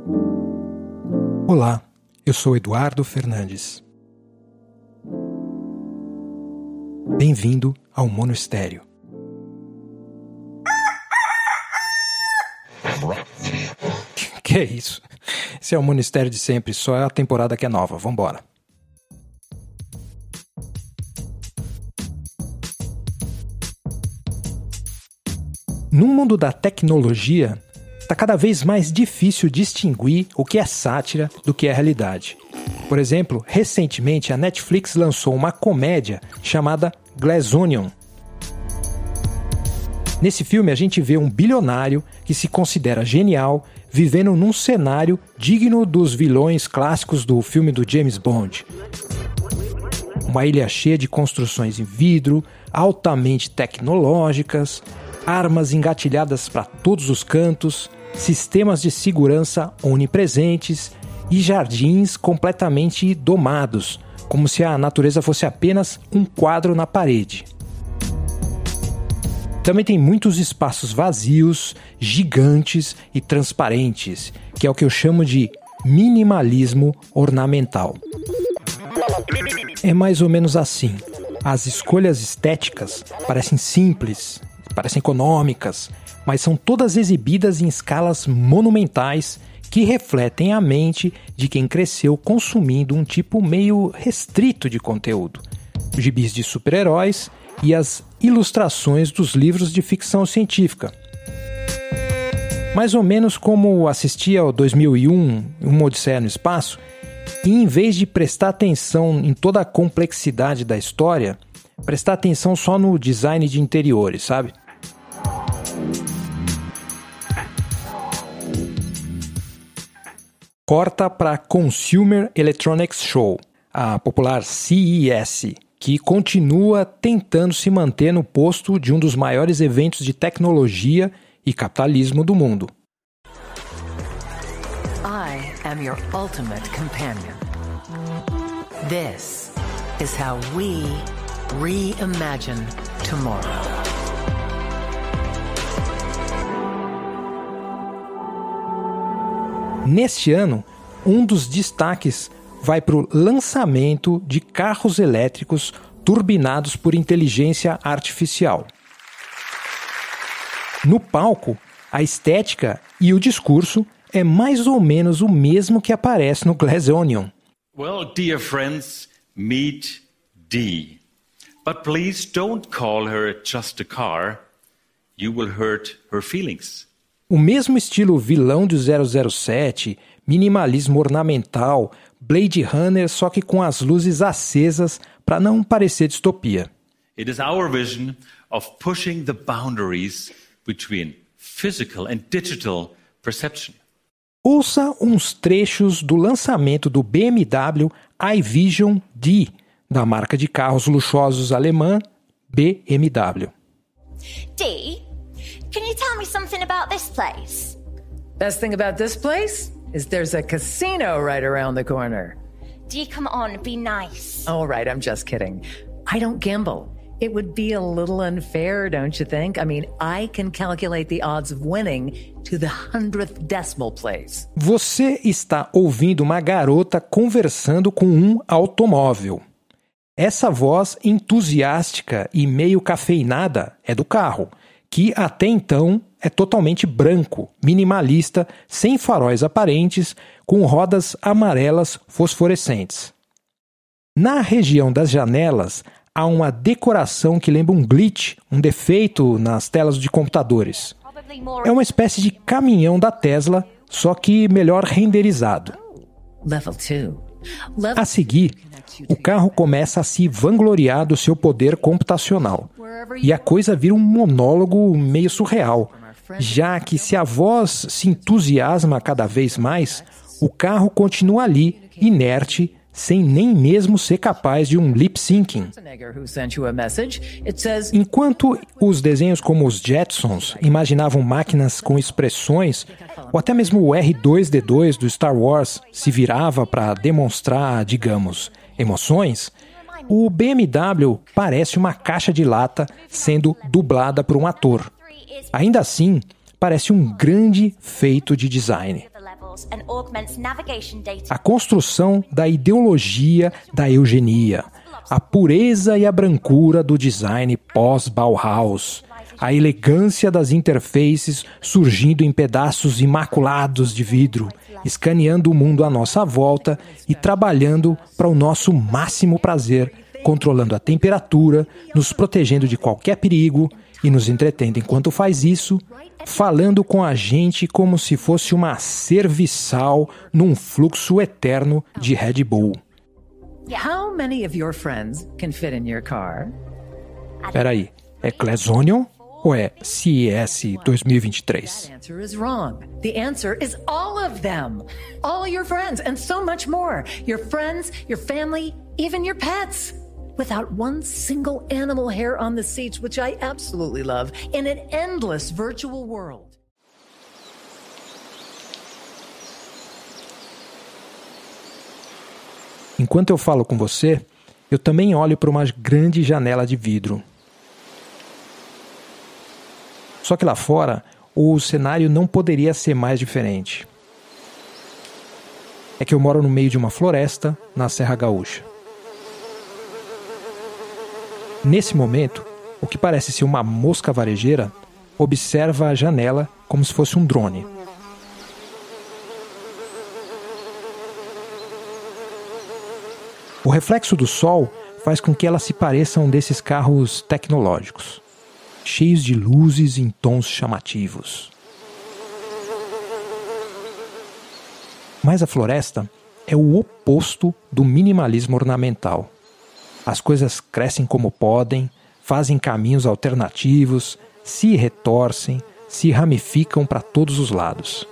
Olá, eu sou Eduardo Fernandes. Bem-vindo ao Monostério. Que é isso? Esse é o Monostério de sempre, só é a temporada que é nova. Vambora. No mundo da tecnologia, está cada vez mais difícil distinguir o que é sátira do que é realidade. Por exemplo, recentemente a Netflix lançou uma comédia chamada Glass Onion. Nesse filme a gente vê um bilionário que se considera genial vivendo num cenário digno dos vilões clássicos do filme do James Bond. Uma ilha cheia de construções em vidro, altamente tecnológicas, armas engatilhadas para todos os cantos, sistemas de segurança onipresentes e jardins completamente domados, como se a natureza fosse apenas um quadro na parede. Também tem muitos espaços vazios, gigantes e transparentes, que é o que eu chamo de minimalismo ornamental. É mais ou menos assim. As escolhas estéticas parecem simples, parecem econômicas, mas são todas exibidas em escalas monumentais que refletem a mente de quem cresceu consumindo um tipo meio restrito de conteúdo. Gibis de super-heróis e as ilustrações dos livros de ficção científica. Mais ou menos como assistir ao 2001, Uma Odisseia no Espaço, e em vez de prestar atenção em toda a complexidade da história, prestar atenção só no design de interiores, sabe? Corta para Consumer Electronics Show, a popular CES, que continua tentando se manter no posto de um dos maiores eventos de tecnologia e capitalismo do mundo. I am your ultimate companion. This is how we reimagine tomorrow. Neste ano, um dos destaques vai para o lançamento de carros elétricos turbinados por inteligência artificial. No palco, a estética e o discurso é mais ou menos o mesmo que aparece no Glass Onion. Well, dear friends, meet Dee. But please don't call her just a car. You will hurt her feelings. O mesmo estilo vilão de 007, minimalismo ornamental, Blade Runner, só que com as luzes acesas para não parecer distopia. It is our vision of pushing the boundaries between physical and digital perception. Ouça uns trechos do lançamento do BMW iVision D, da marca de carros luxuosos alemã BMW. Dee, can you tell me something about this place? Best thing about this place is there's a casino right around the corner. Dee, come on, be nice. All right, I'm just kidding. I don't gamble. It would be a little unfair, don't you think? I mean, I can calculate the odds of winning to the 100th decimal place. Você está ouvindo uma garota conversando com um automóvel. Essa voz entusiástica e meio cafeinada é do carro, que até então é totalmente branco, minimalista, sem faróis aparentes, com rodas amarelas fosforescentes. Na região das janelas, há uma decoração que lembra um glitch, um defeito nas telas de computadores. É uma espécie de caminhão da Tesla, só que melhor renderizado. A seguir, o carro começa a se vangloriar do seu poder computacional. E a coisa vira um monólogo meio surreal, já que se a voz se entusiasma cada vez mais, o carro continua ali, inerte, sem nem mesmo ser capaz de um lip-syncing. Enquanto os desenhos como os Jetsons imaginavam máquinas com expressões, ou até mesmo o R2-D2 do Star Wars se virava para demonstrar, digamos, emoções, o BMW parece uma caixa de lata sendo dublada por um ator. Ainda assim, parece um grande feito de design. and augments navigation data. A construção da ideologia da eugenia, a pureza e a brancura do design pós-Bauhaus, a elegância das interfaces surgindo em pedaços imaculados de vidro, escaneando o mundo à nossa volta e trabalhando para o nosso máximo prazer, controlando a temperatura, nos protegendo de qualquer perigo e nos entretendo enquanto faz isso, falando com a gente como se fosse uma serviçal num fluxo eterno de Red Bull. How many of your friends can fit in your car? Peraí, é Glazonion ou é CES 2023? That answer is wrong. The answer is all of them. All your friends and so much more. Your friends, your family, even your pets. Without one single animal hair on the seats, which I absolutely love, in an endless virtual world. Enquanto eu falo com você, eu também olho para uma grande janela de vidro. Só que lá fora, o cenário não poderia ser mais diferente. É que eu moro no meio de uma floresta, na Serra Gaúcha. Nesse momento, o que parece ser uma mosca varejeira observa a janela como se fosse um drone. O reflexo do sol faz com que ela se pareça a um desses carros tecnológicos, cheios de luzes em tons chamativos. Mas a floresta é o oposto do minimalismo ornamental. As coisas crescem como podem, fazem caminhos alternativos, se retorcem, se ramificam para todos os lados.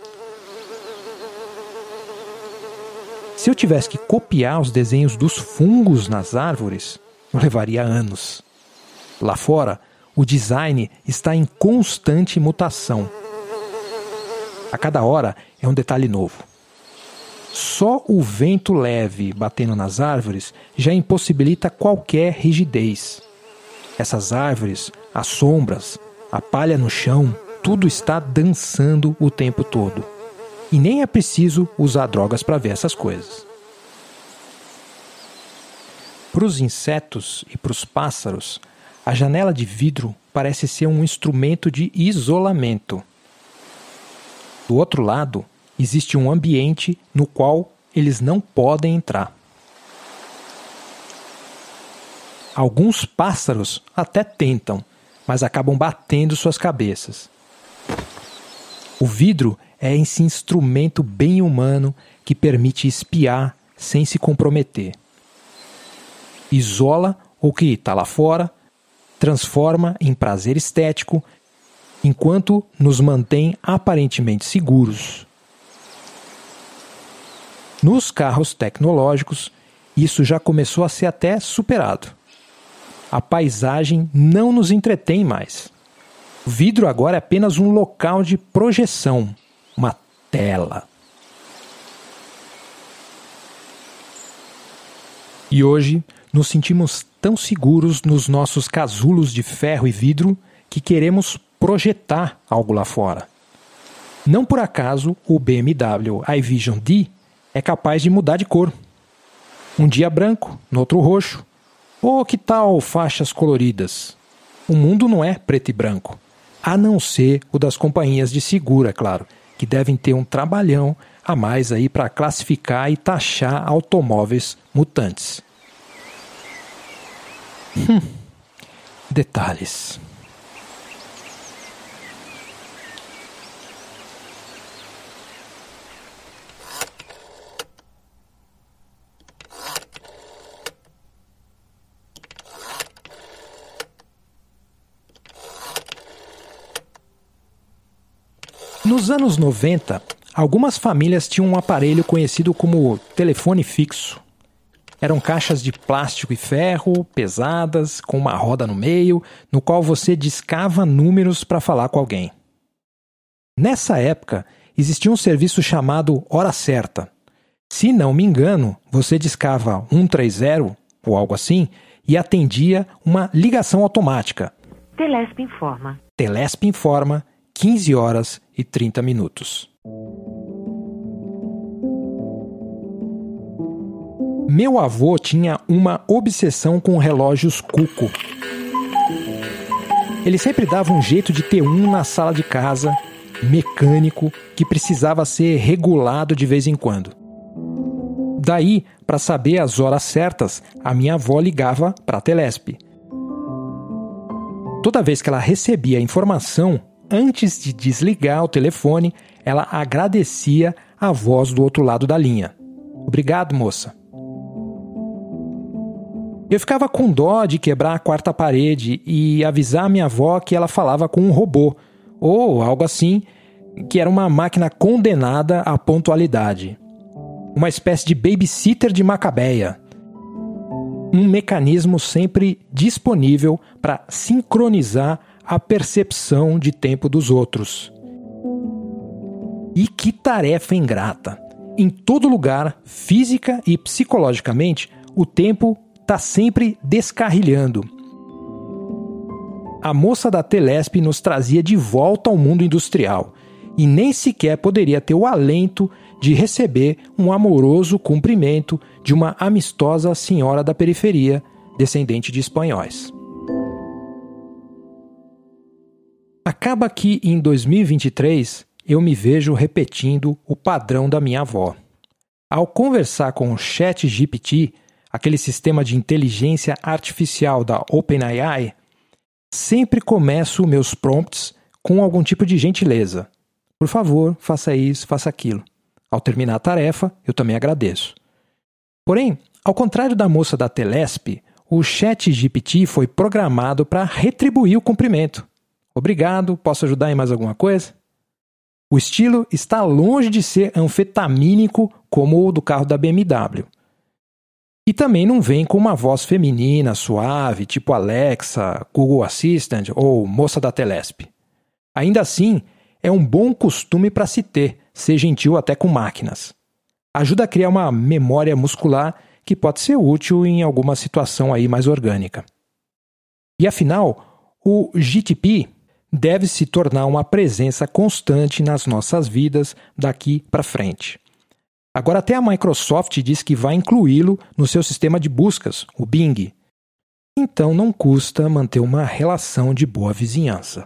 Se eu tivesse que copiar os desenhos dos fungos nas árvores, eu levaria anos. Lá fora, o design está em constante mutação. A cada hora é um detalhe novo. Só o vento leve batendo nas árvores já impossibilita qualquer rigidez. Essas árvores, as sombras, a palha no chão, tudo está dançando o tempo todo. E nem é preciso usar drogas para ver essas coisas. Para os insetos e para os pássaros, a janela de vidro parece ser um instrumento de isolamento. Do outro lado, existe um ambiente no qual eles não podem entrar. Alguns pássaros até tentam, mas acabam batendo suas cabeças. O vidro é esse instrumento bem humano que permite espiar sem se comprometer. Isola o que está lá fora, transforma em prazer estético, enquanto nos mantém aparentemente seguros. Nos carros tecnológicos, isso já começou a ser até superado. A paisagem não nos entretém mais. O vidro agora é apenas um local de projeção, uma tela. E hoje nos sentimos tão seguros nos nossos casulos de ferro e vidro que queremos projetar algo lá fora. Não por acaso o BMW iVision D é capaz de mudar de cor. Um dia branco, no outro roxo. Ou que tal faixas coloridas? O mundo não é preto e branco. A não ser o das companhias de seguro, é claro, que devem ter um trabalhão a mais aí para classificar e taxar automóveis mutantes. Detalhes. Nos anos 90, algumas famílias tinham um aparelho conhecido como telefone fixo. Eram caixas de plástico e ferro, pesadas, com uma roda no meio, no qual você discava números para falar com alguém. Nessa época, existia um serviço chamado Hora Certa. Se não me engano, você discava 130 ou algo assim e atendia uma ligação automática. Telesp informa. Telesp informa, 15 horas e 30 minutos. Meu avô tinha uma obsessão com relógios Cuco. Ele sempre dava um jeito de ter um na sala de casa, mecânico, que precisava ser regulado de vez em quando. Daí, para saber as horas certas, a minha avó ligava para a Telesp. Toda vez que ela recebia a informação, antes de desligar o telefone, ela agradecia a voz do outro lado da linha. Obrigado, moça. Eu ficava com dó de quebrar a quarta parede e avisar a minha avó que ela falava com um robô, ou algo assim, que era uma máquina condenada à pontualidade. Uma espécie de babysitter de Macabeia. Um mecanismo sempre disponível para sincronizar a percepção de tempo dos outros. E que tarefa ingrata! Em todo lugar, física e psicologicamente, o tempo está sempre descarrilhando. A moça da Telesp nos trazia de volta ao mundo industrial e nem sequer poderia ter o alento de receber um amoroso cumprimento de uma amistosa senhora da periferia, descendente de espanhóis. Acaba que, em 2023, eu me vejo repetindo o padrão da minha avó. Ao conversar com o ChatGPT, aquele sistema de inteligência artificial da OpenAI, sempre começo meus prompts com algum tipo de gentileza. Por favor, faça isso, faça aquilo. Ao terminar a tarefa, eu também agradeço. Porém, ao contrário da moça da Telesp, o ChatGPT foi programado para retribuir o cumprimento. Obrigado, posso ajudar em mais alguma coisa? O estilo está longe de ser anfetamínico como o do carro da BMW. E também não vem com uma voz feminina, suave, tipo Alexa, Google Assistant ou moça da Telesp. Ainda assim, é um bom costume para se ter, ser gentil até com máquinas. Ajuda a criar uma memória muscular que pode ser útil em alguma situação aí mais orgânica. E afinal, o GTP deve se tornar uma presença constante nas nossas vidas daqui para frente. Agora até a Microsoft diz que vai incluí-lo no seu sistema de buscas, o Bing. Então não custa manter uma relação de boa vizinhança.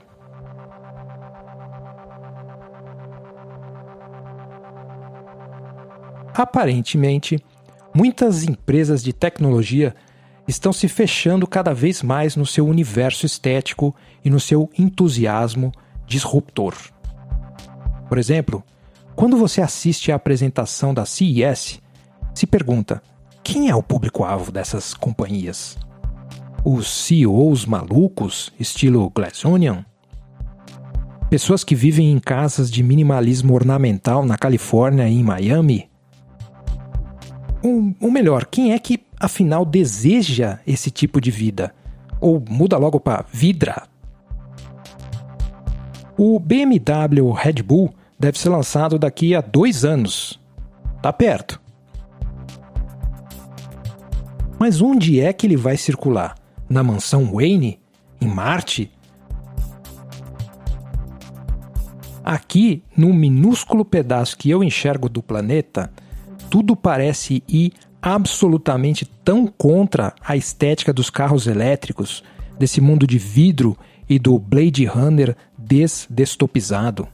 Aparentemente, muitas empresas de tecnologia estão se fechando cada vez mais no seu universo estético e no seu entusiasmo disruptor. Por exemplo, quando você assiste à apresentação da CES, se pergunta: quem é o público-alvo dessas companhias? Os CEOs malucos, estilo Glass Onion? Pessoas que vivem em casas de minimalismo ornamental na Califórnia e em Miami? Ou melhor, quem é que afinal deseja esse tipo de vida? Ou muda logo para Vidra? O BMW Red Bull deve ser lançado daqui a 2 anos. Tá perto. Mas onde é que ele vai circular? Na mansão Wayne? Em Marte? Aqui, no minúsculo pedaço que eu enxergo do planeta, tudo parece ir absolutamente tão contra a estética dos carros elétricos, desse mundo de vidro e do Blade Runner desdestopizado.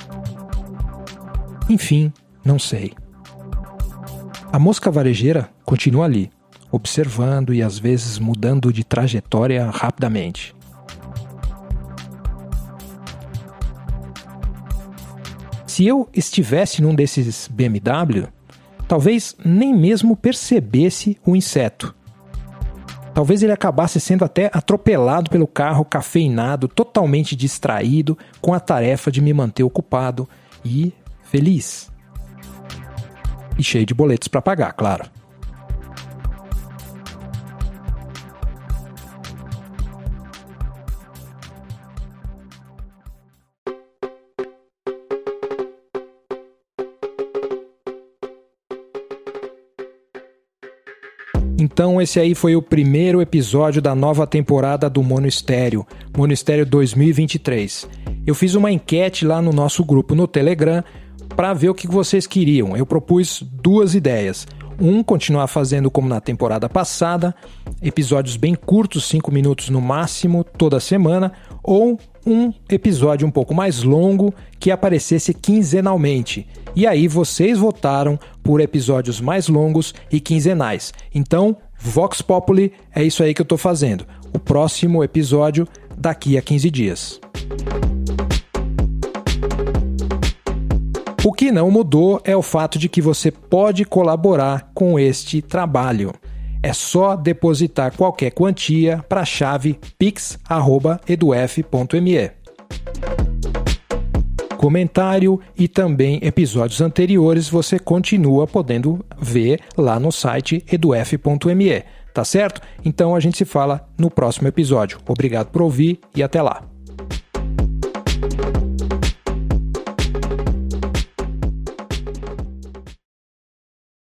Enfim, não sei. A mosca varejeira continua ali, observando e às vezes mudando de trajetória rapidamente. Se eu estivesse num desses BMW, talvez nem mesmo percebesse o inseto. Talvez ele acabasse sendo até atropelado pelo carro cafeinado, totalmente distraído, com a tarefa de me manter ocupado e feliz. E cheio de boletos para pagar, claro. Então esse aí foi o primeiro episódio da nova temporada do Mono Estéreo, Mono Estéreo 2023. Eu fiz uma enquete lá no nosso grupo no Telegram para ver o que vocês queriam. Eu propus 2 ideias. continuar fazendo como na temporada passada, episódios bem curtos, 5 minutos no máximo, toda semana, ou um episódio um pouco mais longo que aparecesse quinzenalmente. E aí vocês votaram por episódios mais longos e quinzenais. Então, Vox Populi, é isso aí que eu estou fazendo. O próximo episódio daqui a 15 dias. O que não mudou é o fato de que você pode colaborar com este trabalho. É só depositar qualquer quantia para a chave pix@eduf.me. Comentário e também episódios anteriores você continua podendo ver lá no site eduf.me, tá certo? Então a gente se fala no próximo episódio. Obrigado por ouvir e até lá.